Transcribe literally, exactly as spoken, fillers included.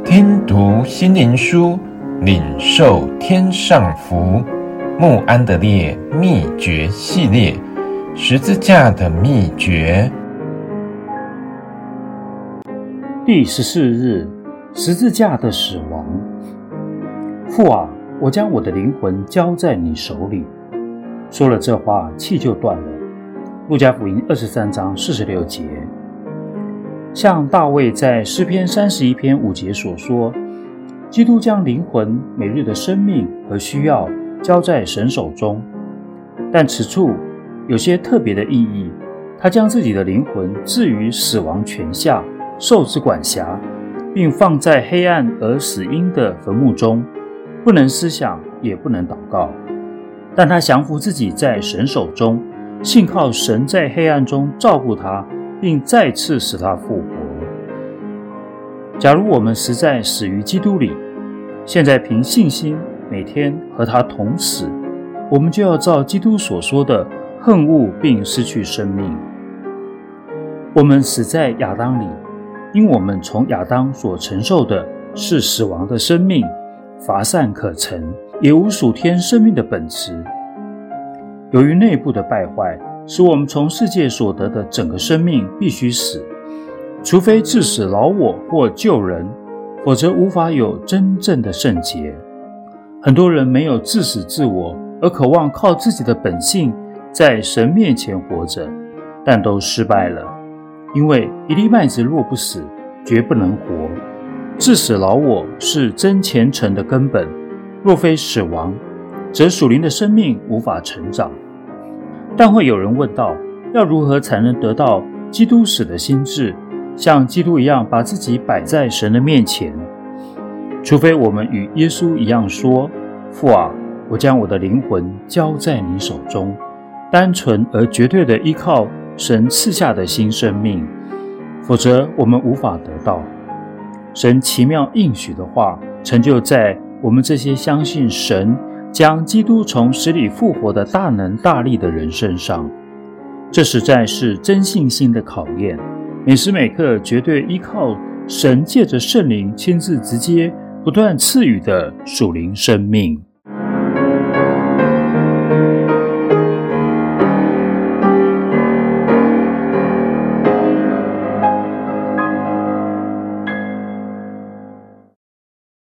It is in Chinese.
听读心灵书，领受天上福。慕安德烈秘诀系列，十字架的秘诀。 第十四日，十字架的死亡。父啊，我将我的灵魂交在你手里。说了这话，气就断了。路加福音二十三章四十六节。像大卫在诗篇三十一篇五节所说，基督将灵魂、每日的生命和需要交在神手中。但此处有些特别的意义，他将自己的灵魂置于死亡权下，受之管辖，并放在黑暗而死荫的坟墓中，不能思想，也不能祷告。但他降服自己在神手中，信靠神在黑暗中照顾他，并再次使他复活。假如我们实在死于基督里，现在凭信心每天和他同死，我们就要照基督所说的恨恶并失去生命。我们死在亚当里，因我们从亚当所承受的是死亡的生命，乏善可陈，也无属天生命的本质。由于内部的败坏，使我们从世界所得的整个生命必须死，除非致死老我或救人，否则无法有真正的圣洁。很多人没有致死自我，而渴望靠自己的本性在神面前活着，但都失败了。因为一粒麦子若不死，绝不能活。致死老我是真虔诚的根本，若非死亡，则属灵的生命无法成长。但会有人问道，要如何才能得到基督死的心志，像基督一样把自己摆在神的面前？除非我们与耶稣一样说，父啊，我将我的灵魂交在你手中，单纯而绝对地依靠神赐下的新生命，否则我们无法得到。神奇妙应许的话成就在我们这些相信神将基督从死里复活的大能大力的人身上。这实在是真信心的考验，每时每刻绝对依靠神借着圣灵亲自直接不断赐予的属灵生命。